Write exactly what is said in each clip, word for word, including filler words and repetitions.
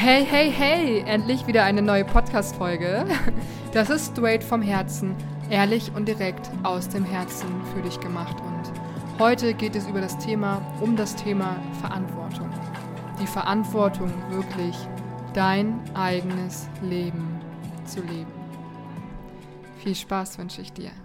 Hey, hey, hey! Endlich wieder eine neue Podcast-Folge. Das ist straight vom Herzen, ehrlich und direkt aus dem Herzen für dich gemacht. Und heute geht es über das Thema, um das Thema Verantwortung. Die Verantwortung, wirklich dein eigenes Leben zu leben. Viel Spaß wünsche ich dir.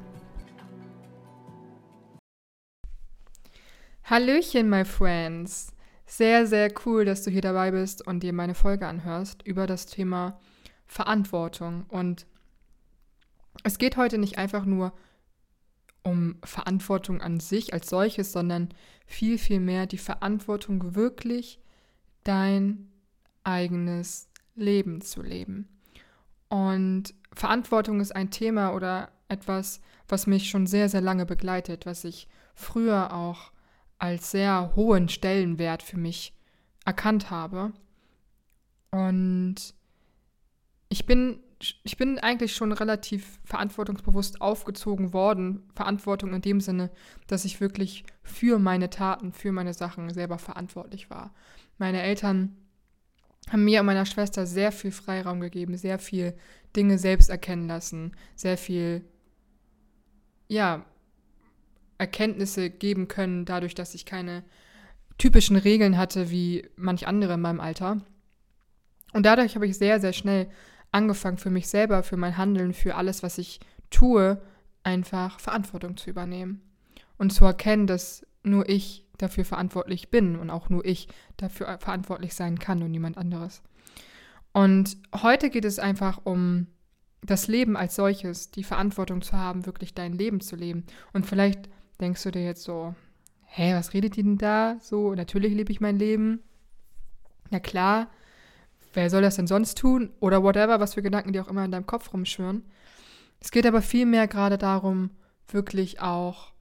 Hallöchen, my friends! Sehr, sehr cool, dass du hier dabei bist und dir meine Folge anhörst über das Thema Verantwortung. Und es geht heute nicht einfach nur um Verantwortung an sich als solches, sondern viel, viel mehr die Verantwortung, wirklich dein eigenes Leben zu leben. Und Verantwortung ist ein Thema oder etwas, was mich schon sehr, sehr lange begleitet, was ich früher auch als sehr hohen Stellenwert für mich erkannt habe. Und ich bin, ich bin eigentlich schon relativ verantwortungsbewusst aufgezogen worden. Verantwortung in dem Sinne, dass ich wirklich für meine Taten, für meine Sachen selber verantwortlich war. Meine Eltern haben mir und meiner Schwester sehr viel Freiraum gegeben, sehr viel Dinge selbst erkennen lassen, sehr viel, ja, Erkenntnisse geben können, dadurch, dass ich keine typischen Regeln hatte, wie manch andere in meinem Alter. Und dadurch habe ich sehr, sehr schnell angefangen, für mich selber, für mein Handeln, für alles, was ich tue, einfach Verantwortung zu übernehmen. Und zu erkennen, dass nur ich dafür verantwortlich bin und auch nur ich dafür verantwortlich sein kann und niemand anderes. Und heute geht es einfach um das Leben als solches, die Verantwortung zu haben, wirklich dein Leben zu leben. Und vielleicht denkst du dir jetzt so, hä, was redet die denn da? So, natürlich lebe ich mein Leben. Na klar, wer soll das denn sonst tun? Oder whatever, was für Gedanken dir auch immer in deinem Kopf rumschwirren. Es geht aber vielmehr gerade darum, wirklich auch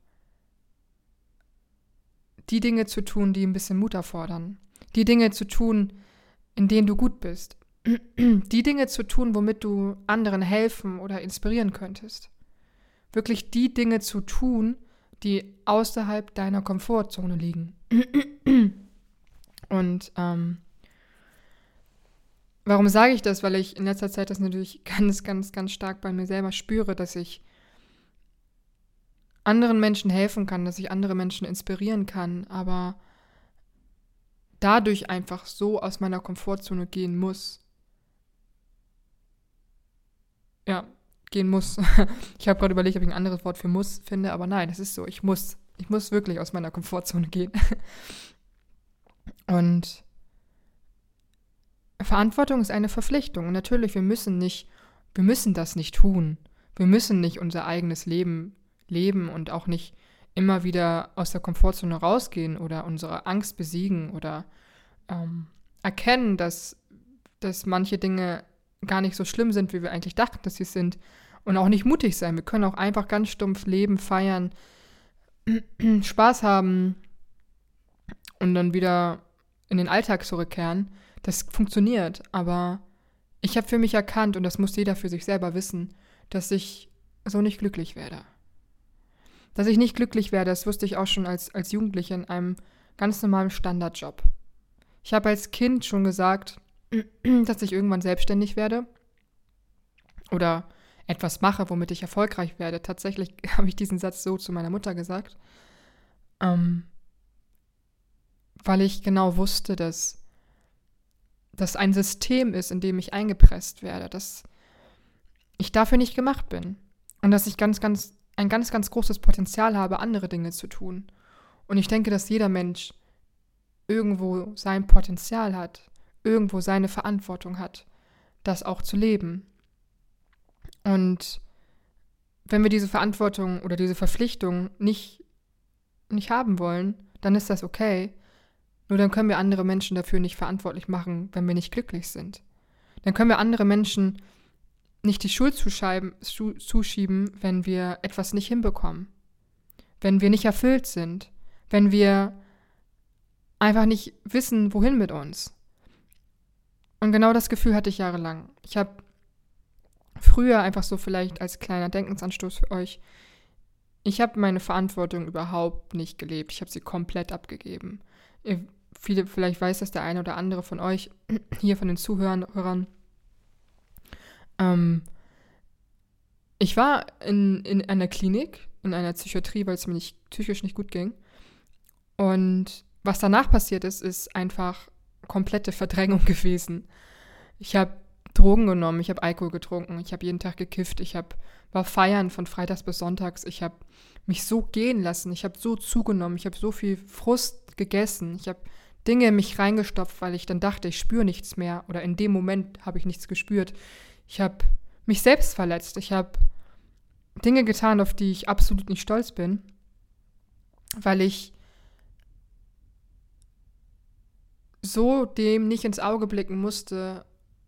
die Dinge zu tun, die ein bisschen Mut erfordern. Die Dinge zu tun, in denen du gut bist. Die Dinge zu tun, womit du anderen helfen oder inspirieren könntest. Wirklich die Dinge zu tun, die außerhalb deiner Komfortzone liegen. Und ähm, warum sage ich das? Weil ich in letzter Zeit das natürlich ganz, ganz, ganz stark bei mir selber spüre, dass ich anderen Menschen helfen kann, dass ich andere Menschen inspirieren kann, aber dadurch einfach so aus meiner Komfortzone gehen muss. Ja, gehen muss. Ich habe gerade überlegt, ob ich ein anderes Wort für muss finde, aber nein, es ist so, ich muss. Ich muss wirklich aus meiner Komfortzone gehen. Und Verantwortung ist eine Verpflichtung. Und natürlich, wir müssen nicht, wir müssen das nicht tun. Wir müssen nicht unser eigenes Leben leben und auch nicht immer wieder aus der Komfortzone rausgehen oder unsere Angst besiegen oder ähm, erkennen, dass, dass manche Dinge gar nicht so schlimm sind, wie wir eigentlich dachten, dass sie sind. Und auch nicht mutig sein. Wir können auch einfach ganz stumpf leben, feiern, Spaß haben und dann wieder in den Alltag zurückkehren. Das funktioniert, aber ich habe für mich erkannt, und das muss jeder für sich selber wissen, dass ich so nicht glücklich werde. Dass ich nicht glücklich werde, das wusste ich auch schon als, als Jugendliche in einem ganz normalen Standardjob. Ich habe als Kind schon gesagt, dass ich irgendwann selbstständig werde oder etwas mache, womit ich erfolgreich werde. Tatsächlich habe ich diesen Satz so zu meiner Mutter gesagt, ähm, weil ich genau wusste, dass das ein System ist, in dem ich eingepresst werde, dass ich dafür nicht gemacht bin und dass ich ganz, ganz, ein ganz, ganz großes Potenzial habe, andere Dinge zu tun. Und ich denke, dass jeder Mensch irgendwo sein Potenzial hat, irgendwo seine Verantwortung hat, das auch zu leben. Und wenn wir diese Verantwortung oder diese Verpflichtung nicht, nicht haben wollen, dann ist das okay. Nur dann können wir andere Menschen dafür nicht verantwortlich machen, wenn wir nicht glücklich sind. Dann können wir andere Menschen nicht die Schuld zuschieben, wenn wir etwas nicht hinbekommen. Wenn wir nicht erfüllt sind. Wenn wir einfach nicht wissen, wohin mit uns. Und genau das Gefühl hatte ich jahrelang. Ich habe früher einfach so vielleicht als kleiner Denkensanstoß für euch, ich habe meine Verantwortung überhaupt nicht gelebt. Ich habe sie komplett abgegeben. Ihr viele, vielleicht weiß das der eine oder andere von euch, hier von den Zuhörern. Ähm, ich war in, in einer Klinik, in einer Psychiatrie, weil es mir nicht, psychisch nicht gut ging. Und was danach passiert ist, ist einfach komplette Verdrängung gewesen. Ich habe Drogen genommen, ich habe Alkohol getrunken, ich habe jeden Tag gekifft, ich hab, war feiern von freitags bis sonntags, ich habe mich so gehen lassen, ich habe so zugenommen, ich habe so viel Frust gegessen, ich habe Dinge in mich reingestopft, weil ich dann dachte, ich spüre nichts mehr oder in dem Moment habe ich nichts gespürt. Ich habe mich selbst verletzt, ich habe Dinge getan, auf die ich absolut nicht stolz bin, weil ich so dem nicht ins Auge blicken musste,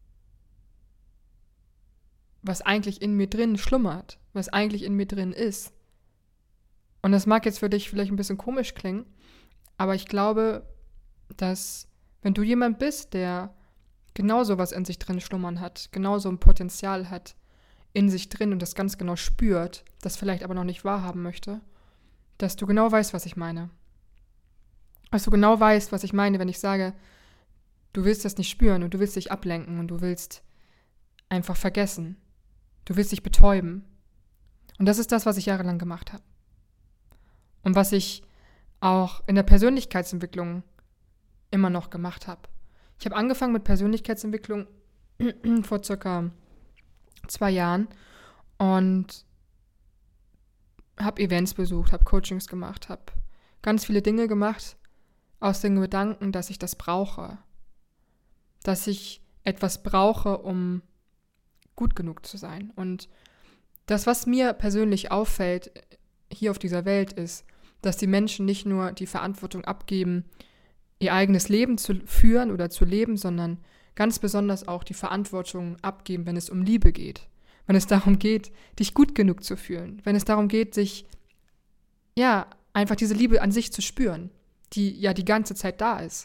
was eigentlich in mir drin schlummert, was eigentlich in mir drin ist. Und das mag jetzt für dich vielleicht ein bisschen komisch klingen, aber ich glaube, dass wenn du jemand bist, der genauso was in sich drin schlummern hat, genauso ein Potenzial hat in sich drin und das ganz genau spürt, das vielleicht aber noch nicht wahrhaben möchte, dass du genau weißt, was ich meine. Dass du genau weißt, was ich meine, wenn ich sage, du willst das nicht spüren und du willst dich ablenken und du willst einfach vergessen. Du willst dich betäuben. Und das ist das, was ich jahrelang gemacht habe. Und was ich auch in der Persönlichkeitsentwicklung immer noch gemacht habe. Ich habe angefangen mit Persönlichkeitsentwicklung vor circa zwei Jahren und habe Events besucht, habe Coachings gemacht, habe ganz viele Dinge gemacht aus dem Gedanken, dass ich das brauche. Dass ich etwas brauche, um gut genug zu sein. Und das, was mir persönlich auffällt hier auf dieser Welt, ist, dass die Menschen nicht nur die Verantwortung abgeben, ihr eigenes Leben zu führen oder zu leben, sondern ganz besonders auch die Verantwortung abgeben, wenn es um Liebe geht. Wenn es darum geht, dich gut genug zu fühlen. Wenn es darum geht, sich, ja, einfach diese Liebe an sich zu spüren, die ja die ganze Zeit da ist.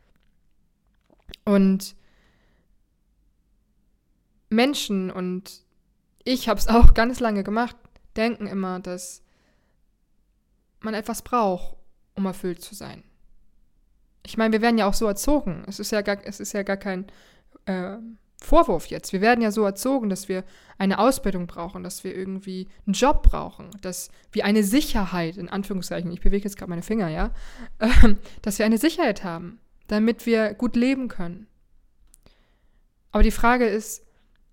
Und Menschen, und ich habe es auch ganz lange gemacht, denken immer, dass man etwas braucht, um erfüllt zu sein. Ich meine, wir werden ja auch so erzogen. Es ist ja gar, es ist ja gar kein äh, Vorwurf jetzt. Wir werden ja so erzogen, dass wir eine Ausbildung brauchen, dass wir irgendwie einen Job brauchen, dass wir eine Sicherheit, in Anführungszeichen, ich bewege jetzt gerade meine Finger, ja, äh, dass wir eine Sicherheit haben, damit wir gut leben können. Aber die Frage ist,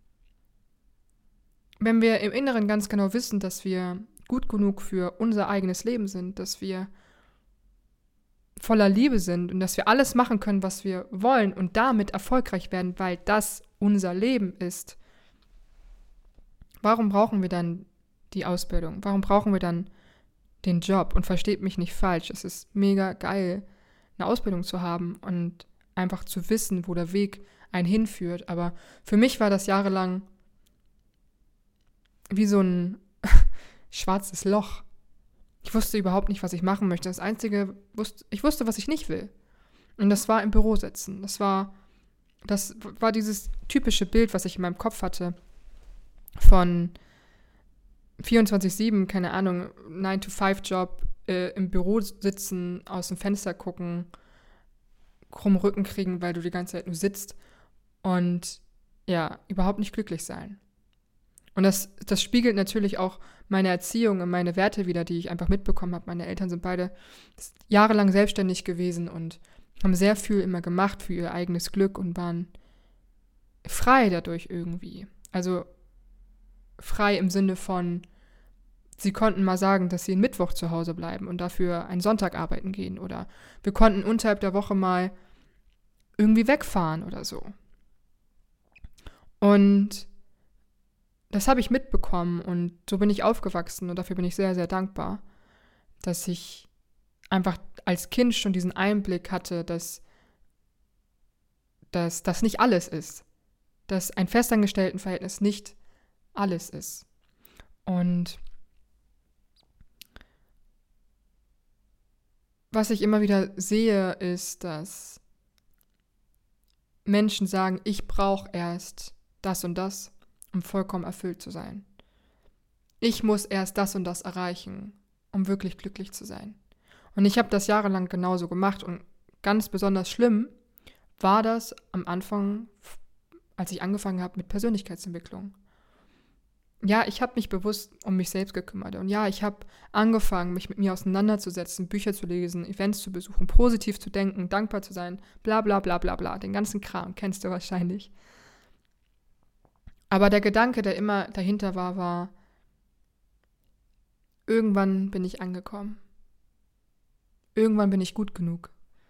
wenn wir im Inneren ganz genau wissen, dass wir gut genug für unser eigenes Leben sind, dass wir voller Liebe sind und dass wir alles machen können, was wir wollen und damit erfolgreich werden, weil das unser Leben ist, warum brauchen wir dann die Ausbildung? Warum brauchen wir dann den Job? Und versteht mich nicht falsch, es ist mega geil, eine Ausbildung zu haben und einfach zu wissen, wo der Weg einen hinführt. Aber für mich war das jahrelang wie so ein schwarzes Loch. Ich wusste überhaupt nicht, was ich machen möchte. Das Einzige, ich wusste, was ich nicht will. Und das war im Büro sitzen. Das war, das war dieses typische Bild, was ich in meinem Kopf hatte von vierundzwanzig sieben, keine Ahnung, nine to five Job, äh, im Büro sitzen, aus dem Fenster gucken, krummen Rücken kriegen, weil du die ganze Zeit nur sitzt und ja, überhaupt nicht glücklich sein. Und das, das spiegelt natürlich auch meine Erziehung und meine Werte wider, die ich einfach mitbekommen habe. Meine Eltern sind beide jahrelang selbstständig gewesen und haben sehr viel immer gemacht für ihr eigenes Glück und waren frei dadurch irgendwie. Also frei im Sinne von, sie konnten mal sagen, dass sie einen Mittwoch zu Hause bleiben und dafür einen Sonntag arbeiten gehen. Oder wir konnten unterhalb der Woche mal irgendwie wegfahren oder so. Und das habe ich mitbekommen und so bin ich aufgewachsen und dafür bin ich sehr, sehr dankbar, dass ich einfach als Kind schon diesen Einblick hatte, dass dass das nicht alles ist, dass ein Festangestelltenverhältnis nicht alles ist. Und was ich immer wieder sehe, ist, dass Menschen sagen, ich brauche erst das und das, um vollkommen erfüllt zu sein. Ich muss erst das und das erreichen, um wirklich glücklich zu sein. Und ich habe das jahrelang genauso gemacht und ganz besonders schlimm war das am Anfang, als ich angefangen habe mit Persönlichkeitsentwicklung. Ja, ich habe mich bewusst um mich selbst gekümmert. Und ja, ich habe angefangen, mich mit mir auseinanderzusetzen, Bücher zu lesen, Events zu besuchen, positiv zu denken, dankbar zu sein, bla bla bla bla bla. Den ganzen Kram kennst du wahrscheinlich. Aber der Gedanke, der immer dahinter war, war, irgendwann bin ich angekommen. Irgendwann bin ich gut genug.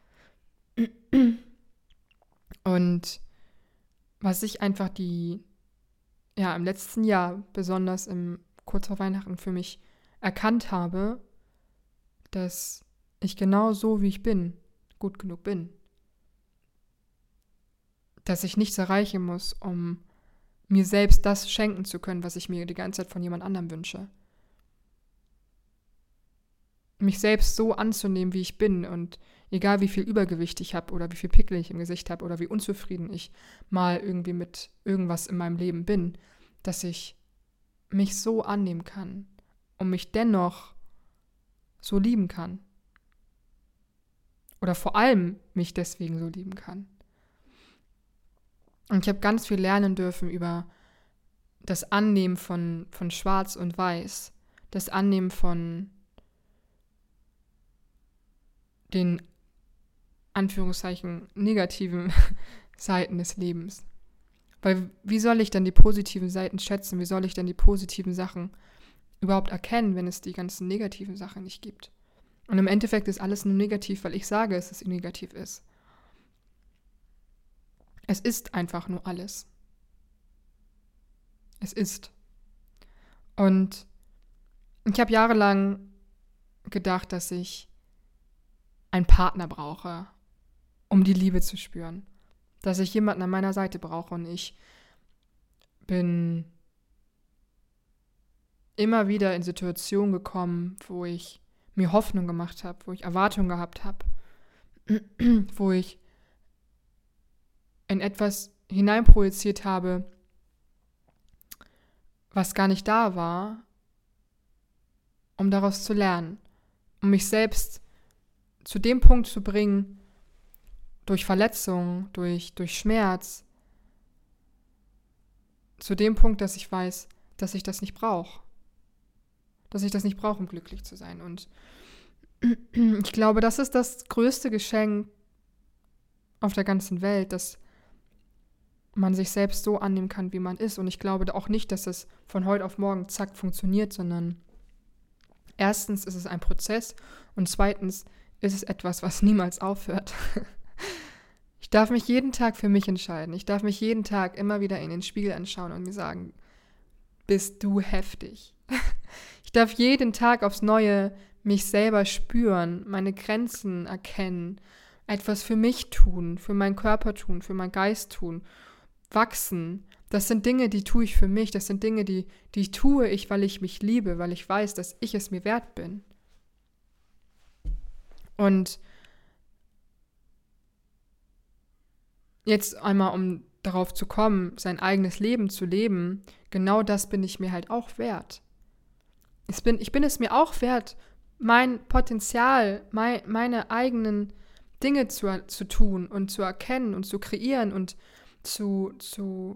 Und was ich einfach die, ja, im letzten Jahr, besonders im kurz vor Weihnachten für mich erkannt habe, dass ich genau so, wie ich bin, gut genug bin. Dass ich nichts erreichen muss, um mir selbst das schenken zu können, was ich mir die ganze Zeit von jemand anderem wünsche. Mich selbst so anzunehmen, wie ich bin und egal wie viel Übergewicht ich habe oder wie viel Pickel ich im Gesicht habe oder wie unzufrieden ich mal irgendwie mit irgendwas in meinem Leben bin, dass ich mich so annehmen kann und mich dennoch so lieben kann. Oder vor allem mich deswegen so lieben kann. Und ich habe ganz viel lernen dürfen über das Annehmen von, von Schwarz und Weiß, das Annehmen von den Anführungszeichen negativen Seiten des Lebens. Weil wie soll ich denn die positiven Seiten schätzen? Wie soll ich denn die positiven Sachen überhaupt erkennen, wenn es die ganzen negativen Sachen nicht gibt? Und im Endeffekt ist alles nur negativ, weil ich sage, dass es negativ ist. Es ist einfach nur alles. Es ist. Und ich habe jahrelang gedacht, dass ich einen Partner brauche, um die Liebe zu spüren. Dass ich jemanden an meiner Seite brauche und ich bin immer wieder in Situationen gekommen, wo ich mir Hoffnung gemacht habe, wo ich Erwartungen gehabt habe, wo ich in etwas hineinprojiziert habe, was gar nicht da war, um daraus zu lernen, um mich selbst zu dem Punkt zu bringen, durch Verletzung, durch, durch Schmerz, zu dem Punkt, dass ich weiß, dass ich das nicht brauche. Dass ich das nicht brauche, um glücklich zu sein. Und ich glaube, das ist das größte Geschenk auf der ganzen Welt, dass man sich selbst so annehmen kann, wie man ist. Und ich glaube auch nicht, dass es von heute auf morgen zack funktioniert, sondern erstens ist es ein Prozess und zweitens ist es etwas, was niemals aufhört. Ich darf mich jeden Tag für mich entscheiden. Ich darf mich jeden Tag immer wieder in den Spiegel anschauen und mir sagen, bist du heftig. Ich darf jeden Tag aufs Neue mich selber spüren, meine Grenzen erkennen, etwas für mich tun, für meinen Körper tun, für meinen Geist tun, wachsen. Das sind Dinge, die tue ich für mich. Das sind Dinge, die, die tue ich, weil ich mich liebe, weil ich weiß, dass ich es mir wert bin. Und jetzt einmal, um darauf zu kommen, sein eigenes Leben zu leben, genau das bin ich mir halt auch wert. Ich bin, ich bin es mir auch wert, mein Potenzial, mein, meine eigenen Dinge zu, zu tun und zu erkennen und zu kreieren und zu, zu,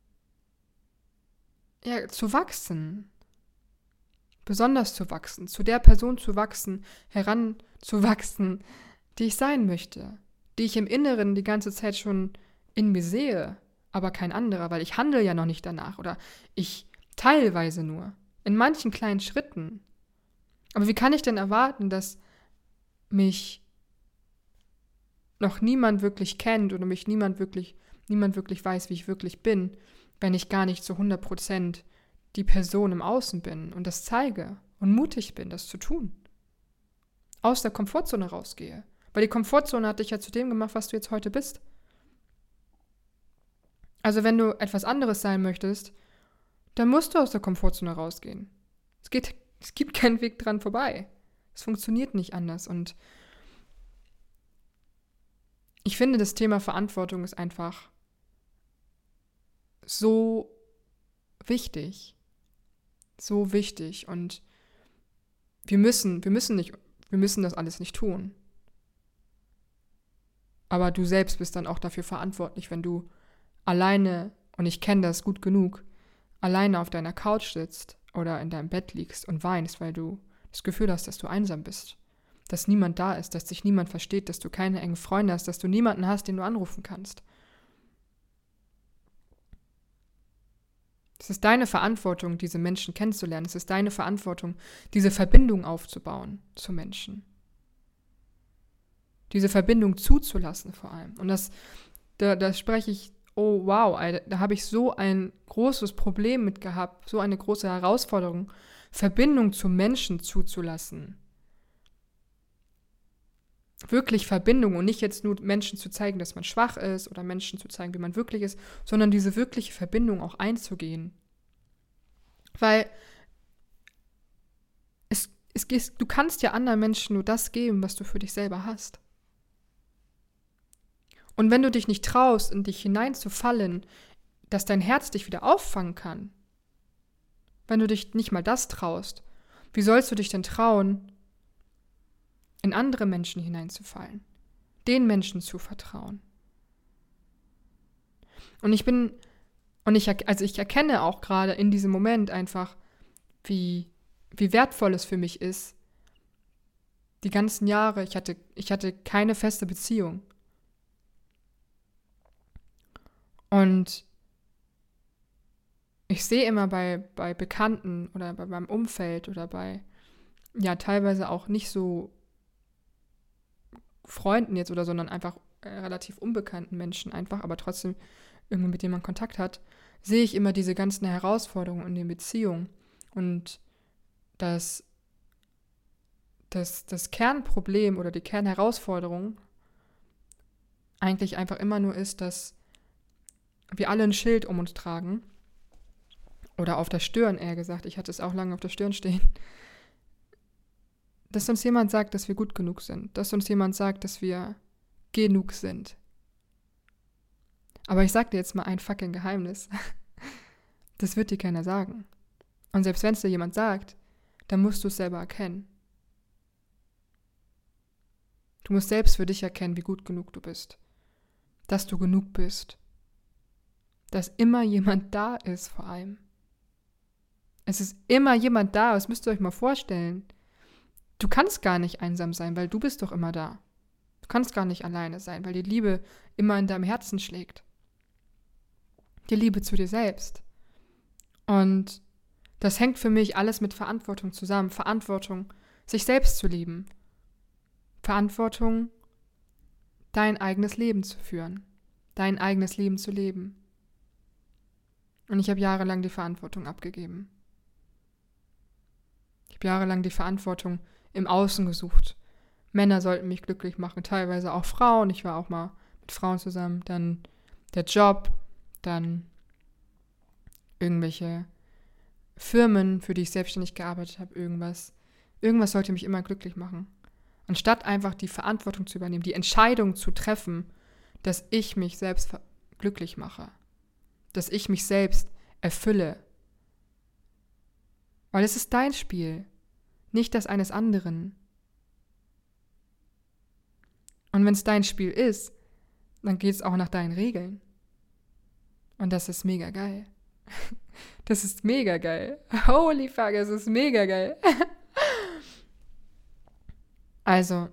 ja, zu wachsen. Besonders zu wachsen, zu der Person zu wachsen, heranzuwachsen, die ich sein möchte, die ich im Inneren die ganze Zeit schon in mir sehe, aber kein anderer, weil ich handle ja noch nicht danach oder ich teilweise nur, in manchen kleinen Schritten. Aber wie kann ich denn erwarten, dass mich noch niemand wirklich kennt oder mich niemand wirklich, niemand wirklich weiß, wie ich wirklich bin, wenn ich gar nicht zu hundert Prozent die Person im Außen bin und das zeige und mutig bin, das zu tun. Aus der Komfortzone rausgehe. Weil die Komfortzone hat dich ja zu dem gemacht, was du jetzt heute bist. Also wenn du etwas anderes sein möchtest, dann musst du aus der Komfortzone rausgehen. Es geht, es gibt keinen Weg dran vorbei. Es funktioniert nicht anders. Und ich finde, das Thema Verantwortung ist einfach so wichtig. So wichtig. Und wir müssen, wir müssen nicht, wir müssen das alles nicht tun. Aber du selbst bist dann auch dafür verantwortlich, wenn du alleine, und ich kenne das gut genug, alleine auf deiner Couch sitzt oder in deinem Bett liegst und weinst, weil du das Gefühl hast, dass du einsam bist. Dass niemand da ist, dass dich niemand versteht, dass du keine engen Freunde hast, dass du niemanden hast, den du anrufen kannst. Es ist deine Verantwortung, diese Menschen kennenzulernen. Es ist deine Verantwortung, diese Verbindung aufzubauen zu Menschen. Diese Verbindung zuzulassen vor allem. Und das, da, da spreche ich, oh wow, Alter, da habe ich so ein großes Problem mit gehabt, so eine große Herausforderung, Verbindung zu Menschen zuzulassen. Wirklich Verbindung und nicht jetzt nur Menschen zu zeigen, dass man schwach ist oder Menschen zu zeigen, wie man wirklich ist, sondern diese wirkliche Verbindung auch einzugehen. Weil es, es, es, du kannst ja anderen Menschen nur das geben, was du für dich selber hast. Und wenn du dich nicht traust, in dich hineinzufallen, dass dein Herz dich wieder auffangen kann, wenn du dich nicht mal das traust, wie sollst du dich denn trauen, in andere Menschen hineinzufallen, den Menschen zu vertrauen? Und ich bin, und ich, also ich erkenne auch gerade in diesem Moment einfach, wie, wie wertvoll es für mich ist, die ganzen Jahre, ich hatte, ich hatte keine feste Beziehung. Und ich sehe immer bei, bei Bekannten oder bei meinem Umfeld oder bei, ja, teilweise auch nicht so Freunden jetzt oder, sondern einfach äh, relativ unbekannten Menschen einfach, aber trotzdem irgendwie mit denen man Kontakt hat, sehe ich immer diese ganzen Herausforderungen in den Beziehungen und das, das, das Kernproblem oder die Kernherausforderung eigentlich einfach immer nur ist, dass wir alle ein Schild um uns tragen oder auf der Stirn, eher gesagt, ich hatte es auch lange auf der Stirn stehen, dass uns jemand sagt, dass wir gut genug sind, dass uns jemand sagt, dass wir genug sind. Aber ich sag dir jetzt mal ein fucking Geheimnis. Das wird dir keiner sagen. Und selbst wenn es dir jemand sagt, dann musst du es selber erkennen. Du musst selbst für dich erkennen, wie gut genug du bist. Dass du genug bist. Dass immer jemand da ist vor allem. Es ist immer jemand da, das müsst ihr euch mal vorstellen. Du kannst gar nicht einsam sein, weil du bist doch immer da. Du kannst gar nicht alleine sein, weil die Liebe immer in deinem Herzen schlägt. Die Liebe zu dir selbst. Und das hängt für mich alles mit Verantwortung zusammen. Verantwortung, sich selbst zu lieben. Verantwortung, dein eigenes Leben zu führen. Dein eigenes Leben zu leben. Und ich habe jahrelang die Verantwortung abgegeben. Ich habe jahrelang die Verantwortung im Außen gesucht. Männer sollten mich glücklich machen, teilweise auch Frauen. Ich war auch mal mit Frauen zusammen. Dann der Job, dann irgendwelche Firmen, für die ich selbstständig gearbeitet habe, irgendwas. Irgendwas sollte mich immer glücklich machen. Anstatt einfach die Verantwortung zu übernehmen, die Entscheidung zu treffen, dass ich mich selbst glücklich mache. Dass ich mich selbst erfülle. Weil es ist dein Spiel, nicht das eines anderen. Und wenn es dein Spiel ist, dann geht es auch nach deinen Regeln. Und das ist mega geil. Das ist mega geil. Holy fuck, es ist mega geil. Also,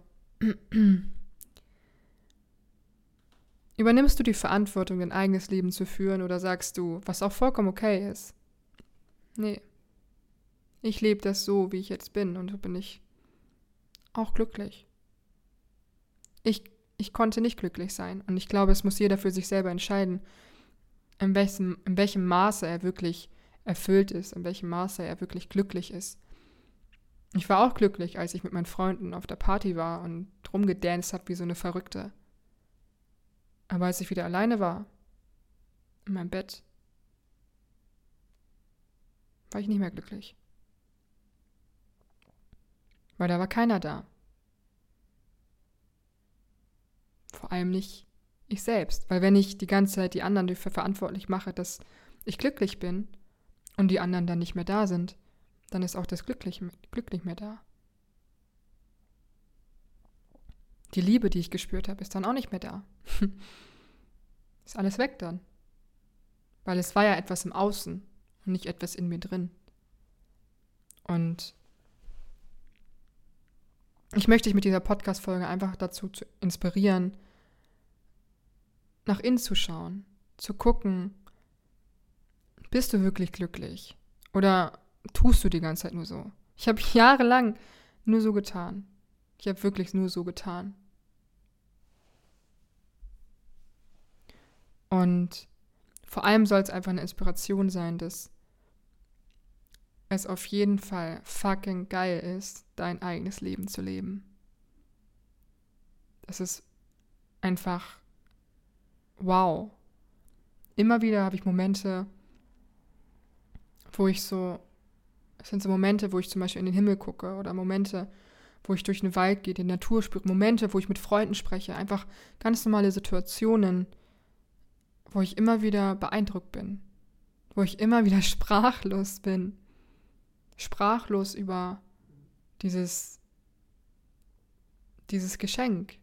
übernimmst du die Verantwortung, dein eigenes Leben zu führen, oder sagst du, was auch vollkommen okay ist? Nee. Ich lebe das so, wie ich jetzt bin, und so bin ich auch glücklich. Ich, ich konnte nicht glücklich sein, und ich glaube, es muss jeder für sich selber entscheiden, in welchem, in welchem Maße er wirklich erfüllt ist, in welchem Maße er wirklich glücklich ist. Ich war auch glücklich, als ich mit meinen Freunden auf der Party war und rumgedanced habe wie so eine Verrückte. Aber als ich wieder alleine war, in meinem Bett, war ich nicht mehr glücklich. Weil da war keiner da. Vor allem nicht ich selbst. Weil wenn ich die ganze Zeit die anderen dafür verantwortlich mache, dass ich glücklich bin und die anderen dann nicht mehr da sind, dann ist auch das Glück nicht mehr da. Die Liebe, die ich gespürt habe, ist dann auch nicht mehr da. Ist alles weg dann. Weil es war ja etwas im Außen und nicht etwas in mir drin. Und ich möchte dich mit dieser Podcast-Folge einfach dazu zu inspirieren, nach innen zu schauen, zu gucken, bist du wirklich glücklich? Oder tust du die ganze Zeit nur so? Ich habe jahrelang nur so getan. Ich habe wirklich nur so getan. Und vor allem soll es einfach eine Inspiration sein, dass es auf jeden Fall fucking geil ist, dein eigenes Leben zu leben. Das ist einfach wow. Immer wieder habe ich Momente, wo ich so, es sind so Momente, wo ich zum Beispiel in den Himmel gucke oder Momente, wo ich durch den Wald gehe, die Natur spüre, Momente, wo ich mit Freunden spreche, einfach ganz normale Situationen, wo ich immer wieder beeindruckt bin, wo ich immer wieder sprachlos bin, sprachlos über dieses, dieses Geschenk.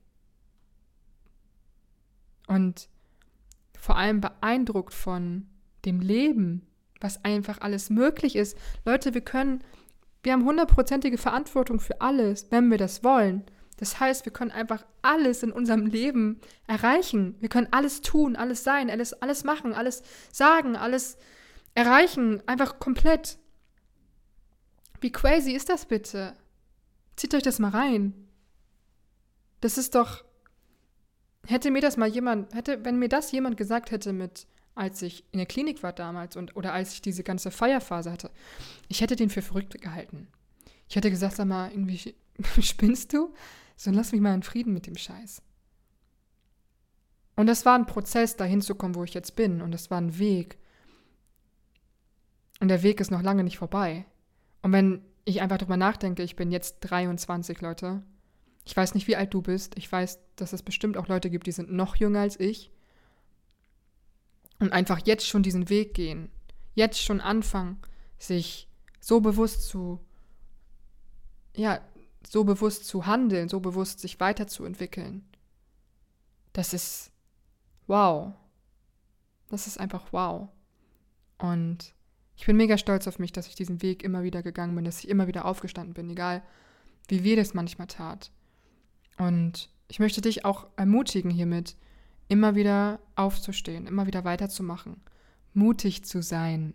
Und vor allem beeindruckt von dem Leben, was einfach alles möglich ist. Leute, wir können, wir haben hundertprozentige Verantwortung für alles, wenn wir das wollen. Das heißt, wir können einfach alles in unserem Leben erreichen. Wir können alles tun, alles sein, alles, alles machen, alles sagen, alles erreichen, einfach komplett. Wie crazy ist das bitte? Zieht euch das mal rein. Das ist doch, hätte mir das mal jemand, hätte, wenn mir das jemand gesagt hätte mit, als ich in der Klinik war damals und oder als ich diese ganze Feierphase hatte, ich hätte den für verrückt gehalten. Ich hätte gesagt, sag mal, irgendwie spinnst du? So, lass mich mal in Frieden mit dem Scheiß. Und das war ein Prozess, dahin zu kommen, wo ich jetzt bin. Und das war ein Weg. Und der Weg ist noch lange nicht vorbei. Und wenn ich einfach drüber nachdenke, ich bin jetzt dreiundzwanzig, Leute. Ich weiß nicht, wie alt du bist. Ich weiß, dass es bestimmt auch Leute gibt, die sind noch jünger als ich. Und einfach jetzt schon diesen Weg gehen. Jetzt schon anfangen, sich so bewusst zu, ja, so bewusst zu handeln, so bewusst sich weiterzuentwickeln. Das ist wow. Das ist einfach wow. Und ich bin mega stolz auf mich, dass ich diesen Weg immer wieder gegangen bin, dass ich immer wieder aufgestanden bin, egal wie weh das manchmal tat. Und ich möchte dich auch ermutigen hiermit, immer wieder aufzustehen, immer wieder weiterzumachen, mutig zu sein.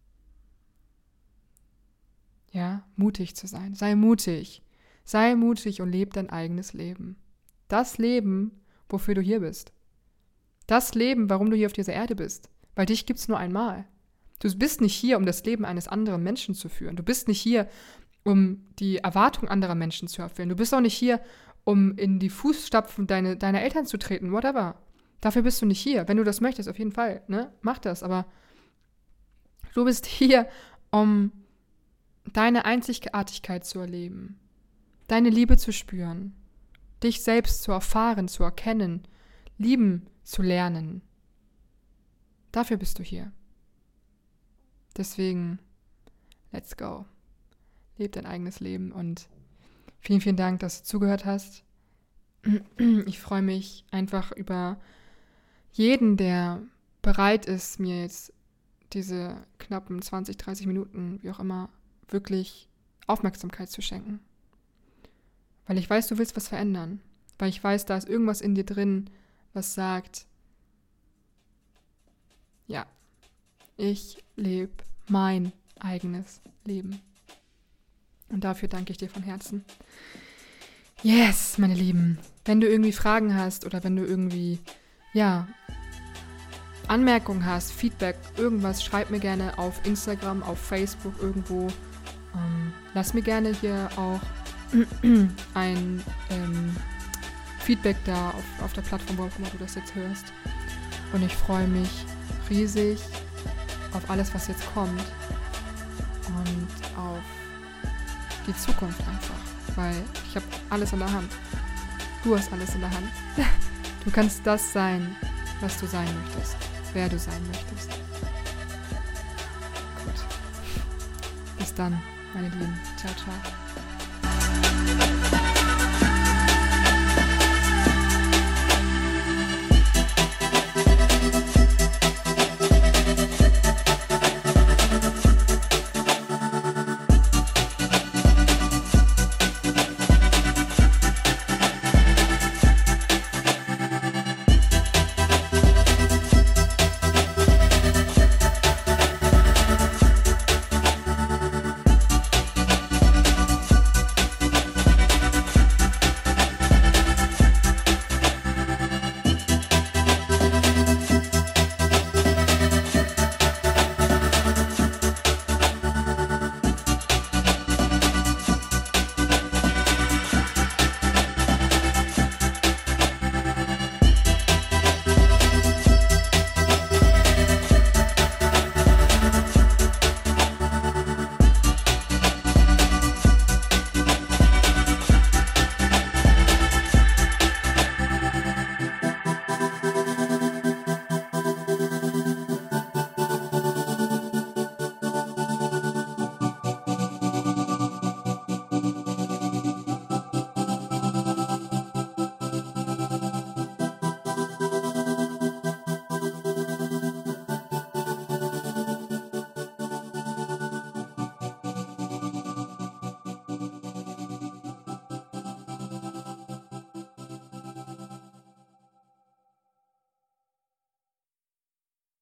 Ja, mutig zu sein. Sei mutig. Sei mutig und lebe dein eigenes Leben. Das Leben, wofür du hier bist. Das Leben, warum du hier auf dieser Erde bist. Weil dich gibt's nur einmal. Du bist nicht hier, um das Leben eines anderen Menschen zu führen. Du bist nicht hier, um die Erwartung anderer Menschen zu erfüllen. Du bist auch nicht hier, um in die Fußstapfen deine, deiner Eltern zu treten, whatever. Dafür bist du nicht hier. Wenn du das möchtest, auf jeden Fall, ne? Mach das. Aber du bist hier, um deine Einzigartigkeit zu erleben, deine Liebe zu spüren, dich selbst zu erfahren, zu erkennen, lieben zu lernen. Dafür bist du hier. Deswegen, let's go. Leb dein eigenes Leben und vielen, vielen Dank, dass du zugehört hast. Ich freue mich einfach über jeden, der bereit ist, mir jetzt diese knappen zwanzig, dreißig Minuten, wie auch immer, wirklich Aufmerksamkeit zu schenken. Weil ich weiß, du willst was verändern. Weil ich weiß, da ist irgendwas in dir drin, was sagt, ja, ich lebe mein eigenes Leben. Und dafür danke ich dir von Herzen. Yes, meine Lieben. Wenn du irgendwie Fragen hast oder wenn du irgendwie, ja, Anmerkungen hast, Feedback, irgendwas, schreib mir gerne auf Instagram, auf Facebook irgendwo. Ähm, lass mir gerne hier auch ein ähm, Feedback da auf, auf der Plattform, wo auch immer du das jetzt hörst. Und ich freue mich riesig auf alles, was jetzt kommt und auf die Zukunft einfach, weil ich habe alles in der Hand. Du hast alles in der Hand. Du kannst das sein, was du sein möchtest, wer du sein möchtest. Gut. Bis dann, meine Lieben. Ciao, ciao.